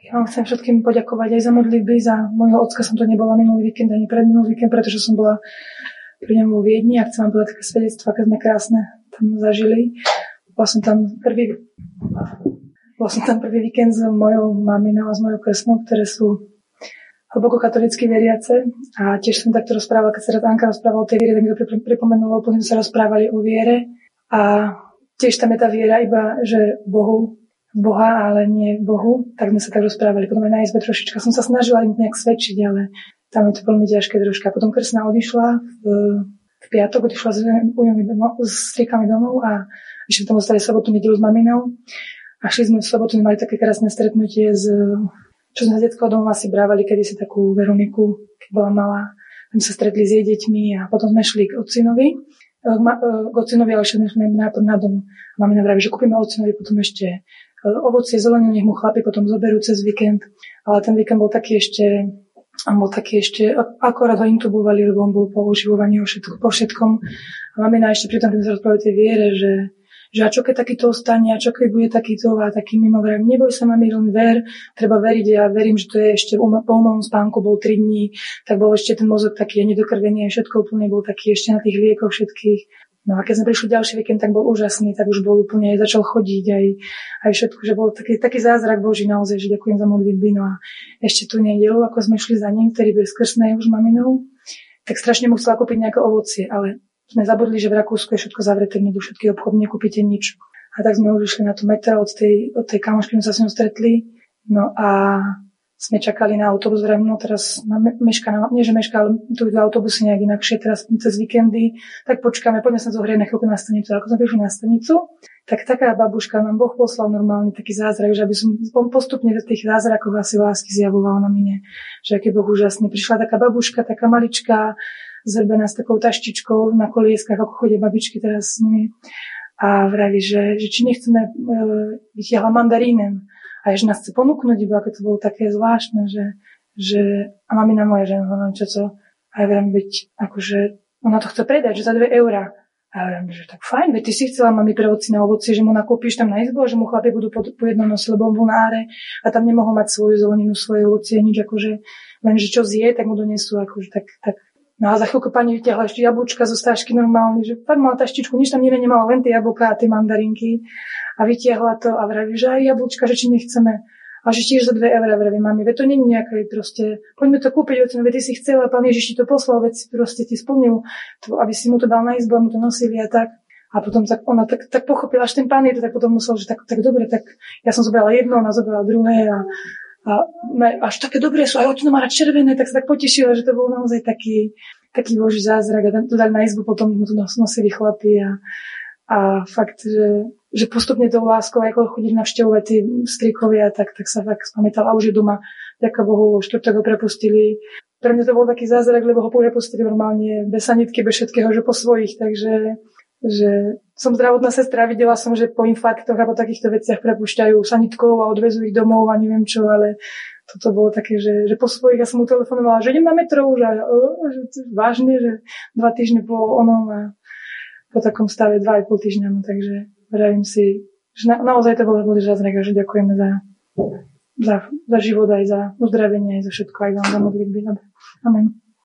Ja vám chcem všetkým poďakovať aj za modlitby, za môjho ocka som to nebola minulý víkend ani predminulý víkend, pretože som bola pri ňom vo Viedni a chcem vám povedať také svedectvo, aké sme krásne tam zažili. Bola som tam prvý víkend s mojou maminou a s mojou krstnou, ktoré sú hlboko katolícky veriace a tiež som takto rozprávala, keď sa Anka rozprávala o tej viere, tak mi to pripomenulo, potom sa rozprávali o viere a tiež tam je tá viera iba, že Boha, ale nie Bohu, tak sme sa tak rozprávali. Potom aj na izbe trošička som sa snažila im nejak svedčiť, ale tam je to veľmi ťažké troška. Potom krstná odišla v piatok, odišla s striekami domov a ešte tam ostali sobotu, nedeľu s maminou. A šli sme v sobotu, mali také krásne stretnutie čo sme z detského domova si brávali kedysi takú Veroniku, keď bola malá. Tam sa stretli s jej deťmi a potom sme šli k ocinovi, ale ešte sme na dom. Mamina vraví, že kúpime ocinovi potom ešte ovocie, zeleninu, nech mu chlapi potom zoberú cez víkend. Ale ten víkend bol taký ešte, akorát ho intubovali, lebo on bol po oživovaní po všetkom. A mamina ešte pri tom, keď sa rozprávali tej viere, že a čo keď takýto ostane, a čo keď bude takýto a taký mimo, vraj, neboj sa, mami, len ver, treba veriť, ja verím, že to je ešte po umelom spánku, bol 3 dní, tak bol ešte ten mozog taký nedokrvený, všetko úplne bol taký ešte na tých liekoch všetkých. No a keď sme prišli ďalší víkend, tak bol úžasný, tak už bol úplne, začal chodiť aj všetko, že bol taký zázrak Boží naozaj, že ďakujem za modlitby. No a ešte tú nedeľu, ako sme šli za ním, ktorý byl skrstnej už maminou, tak strašne mu chcela kúpiť nejaké ovocie, ale sme zabudli, že v Rakúsku je všetko zavreté, nedú všetky obchody, nekúpite nič. A tak sme už išli na to metro od tej kamošky, sme sa s ňou stretli. No a sme čakali na autobus, vrajme, no teraz nie že meška, ale tu idú autobusy nejak inakšie, teraz cez víkendy, tak počkáme, poďme sa zohrieť na chvíľku na stanicu. Ako sme prišli na stanicu, tak taká babuška nám Boh poslal normálny taký zázrak, že aby som postupne v tých zázrakoch asi lásky zjavoval na mine, že aký Boh úžasný. Prišla taká babuška, taká maličká, zrbená s takou taštičkou na kolieskách, ako chodia babičky teraz s nimi. A vraví, že či nechceme, vytiahla mandarínem. A že nás chce ponúknuť, iba ako to bolo také zvláštne, že a mamina moja, že čo to, a ja viem byť, akože ona to chce predať, že za 2 eurá. A ja viem, že tak fajn, veď ty si chcela mami pre ocina ovocie, že mu nakúpiš tam na izbu, že mu chlapi budú po jednom nose, lebo on bol na áre a tam nemohol mať svoju zeleninu, svoje ovocie, nič akože, len že čo zje, tak mu donesú, akože tak. No a za chvíľku pani vyťahla ešte jablčka zo stážky normálne, že fakt mala taštičku, nič tam nemala, len tie jablká a tie mandarinky. A vytiahla to a vraví, že aj jablčka, že či nechceme. A že tiež za 2 eurá, vraví mami, veď to nie je nejaké proste, poďme to kúpiť, veď ty si chcela, pán Ježiš ti to poslal, veď si proste ti splnil, aby si mu to dal na izbu a mu to nosili a tak. A potom ona tak pochopila, až ten pán je to tak potom musel, že tak dobre, tak ja som zobrala jedno, ona zobrala druhé a až také dobré sú, aj otino má rád červené, tak sa tak potešila, že to bol naozaj taký Boží zázrak a to dali na izbu, potom mu to nosili chlapi a fakt, že postupne tou láskou, ako chodili navštevovať tí strikovia, tak sa fakt spamätal a už je doma, ďaká Bohu, štvrtok ho prepustili. Pre mňa to bol taký zázrak, lebo ho prepustili normálne bez sanitky, bez všetkého, že po svojich, takže že som zdravotná sestra, videla som, že po infarktoch a po takýchto veciach prepúšťajú sanitkou a odvezú ich domov a neviem čo, ale toto bolo také, že po svojich ja som mu telefonovala, že idem na metro už a že vážne, že 2 týždne po onom a po takom stave 2,5 týždňa, no takže vravím si, že naozaj to bolo zázrak a že ďakujeme za život aj za uzdravenie, aj za všetko, aj za modlitby. Amen.